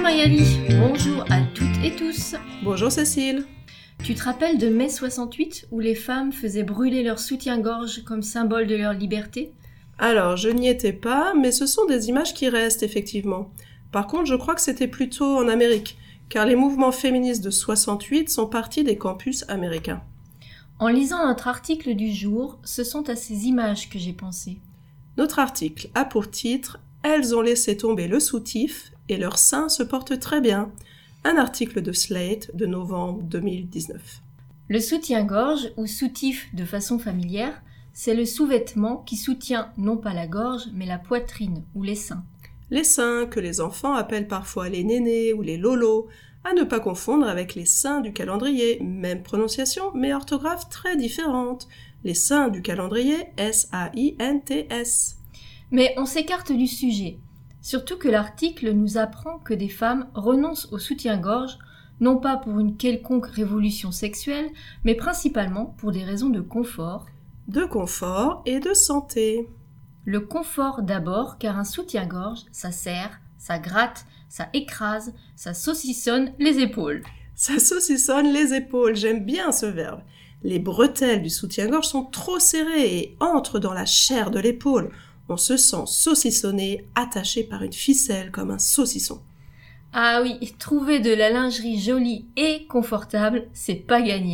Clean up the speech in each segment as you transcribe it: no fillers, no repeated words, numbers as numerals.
Magali, bonjour à toutes et tous. Bonjour Cécile. Tu te rappelles de mai 68 où les femmes faisaient brûler leur soutien-gorge comme symbole de leur liberté ? Alors, je n'y étais pas, mais ce sont des images qui restent effectivement. Par contre, je crois que c'était plutôt en Amérique, car les mouvements féministes de 68 sont partis des campus américains. En lisant notre article du jour, ce sont à ces images que j'ai pensé. Notre article a pour titre « Elles ont laissé tomber le soutif et leurs seins se portent très bien ». Un article de Slate de novembre 2019. Le soutien-gorge, ou soutif de façon familière, c'est le sous-vêtement qui soutient non pas la gorge, mais la poitrine ou les seins. Les seins, que les enfants appellent parfois les nénés ou les lolos, à ne pas confondre avec les seins du calendrier, même prononciation, mais orthographe très différente. Les seins du calendrier, S-A-I-N-T-S. Mais on s'écarte du sujet. Surtout que l'article nous apprend que des femmes renoncent au soutien-gorge, non pas pour une quelconque révolution sexuelle, mais principalement pour des raisons de confort. De confort et de santé. Le confort d'abord, car un soutien-gorge, ça serre, ça gratte, ça écrase, ça saucissonne les épaules. Ça saucissonne les épaules, j'aime bien ce verbe. Les bretelles du soutien-gorge sont trop serrées et entrent dans la chair de l'épaule. On se sent saucissonné, attaché par une ficelle comme un saucisson. Ah oui, trouver de la lingerie jolie et confortable, c'est pas gagné.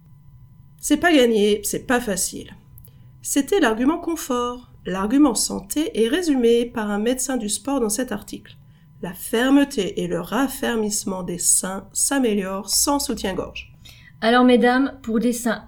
C'est pas gagné, c'est pas facile. C'était l'argument confort. L'argument santé est résumé par un médecin du sport dans cet article. La fermeté et le raffermissement des seins s'améliorent sans soutien-gorge. Alors mesdames, pour des seins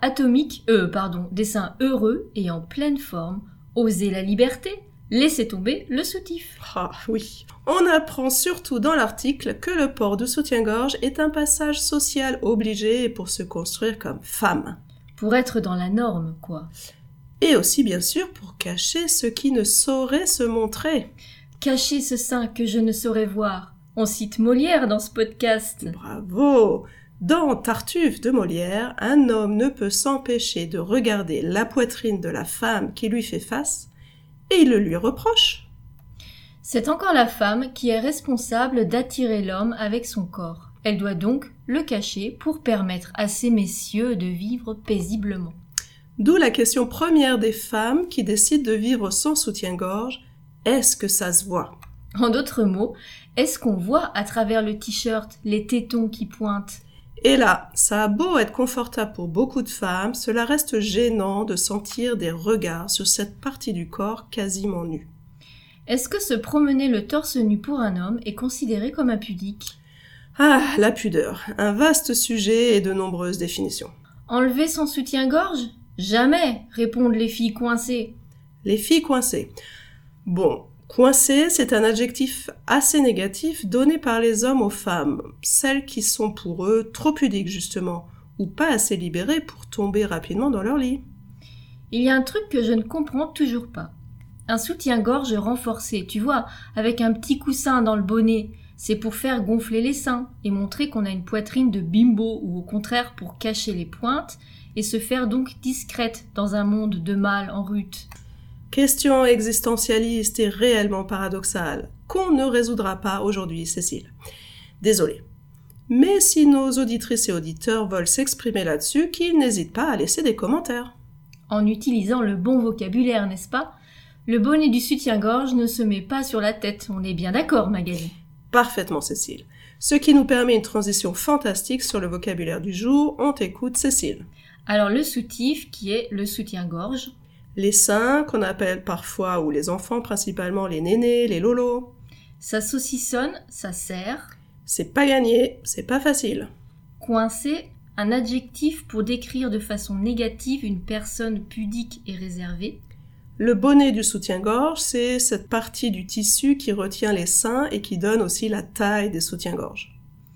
des seins heureux et en pleine forme, osez la liberté, laissez tomber le soutif. Ah oui, on apprend surtout dans l'article que le port de soutien-gorge est un passage social obligé pour se construire comme femme. Pour être dans la norme, quoi. Et aussi bien sûr pour cacher ce qui ne saurait se montrer. Cacher ce sein que je ne saurais voir. On cite Molière dans ce podcast. Bravo! Dans Tartuffe de Molière, un homme ne peut s'empêcher de regarder la poitrine de la femme qui lui fait face, et il le lui reproche. C'est encore la femme qui est responsable d'attirer l'homme avec son corps. Elle doit donc le cacher pour permettre à ces messieurs de vivre paisiblement. D'où la question première des femmes qui décident de vivre sans soutien-gorge, est-ce que ça se voit ? En d'autres mots, est-ce qu'on voit à travers le t-shirt les tétons qui pointent ? Et là, ça a beau être confortable pour beaucoup de femmes, cela reste gênant de sentir des regards sur cette partie du corps quasiment nue. Est-ce que se promener le torse nu pour un homme est considéré comme impudique ? Ah, la pudeur, un vaste sujet et de nombreuses définitions. Enlever son soutien-gorge ? Jamais, répondent les filles coincées. Les filles coincées. Bon, coincée, c'est un adjectif assez négatif donné par les hommes aux femmes, celles qui sont pour eux trop pudiques justement, ou pas assez libérées pour tomber rapidement dans leur lit. Il y a un truc que je ne comprends toujours pas. Un soutien-gorge renforcé, tu vois, avec un petit coussin dans le bonnet, c'est pour faire gonfler les seins et montrer qu'on a une poitrine de bimbo ou au contraire pour cacher les pointes et se faire donc discrète dans un monde de mâles en rut. Question existentialiste et réellement paradoxale, qu'on ne résoudra pas aujourd'hui, Cécile. Désolée. Mais si nos auditrices et auditeurs veulent s'exprimer là-dessus, qu'ils n'hésitent pas à laisser des commentaires. En utilisant le bon vocabulaire, n'est-ce pas ? Le bonnet du soutien-gorge ne se met pas sur la tête, on est bien d'accord, Magali ? Parfaitement, Cécile. Ce qui nous permet une transition fantastique sur le vocabulaire du jour. On t'écoute, Cécile. Alors le soutif, qui est le soutien-gorge. Les seins, qu'on appelle parfois, ou les enfants principalement, les nénés, les lolos. Ça saucissonne, ça serre. C'est pas gagné, c'est pas facile. Coincé, un adjectif pour décrire de façon négative une personne pudique et réservée. Le bonnet du soutien-gorge, c'est cette partie du tissu qui retient les seins et qui donne aussi la taille des soutiens-gorge.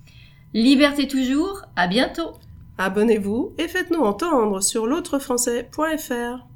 Liberté toujours, à bientôt. Abonnez-vous et faites-nous entendre sur l'autrefrançais.fr.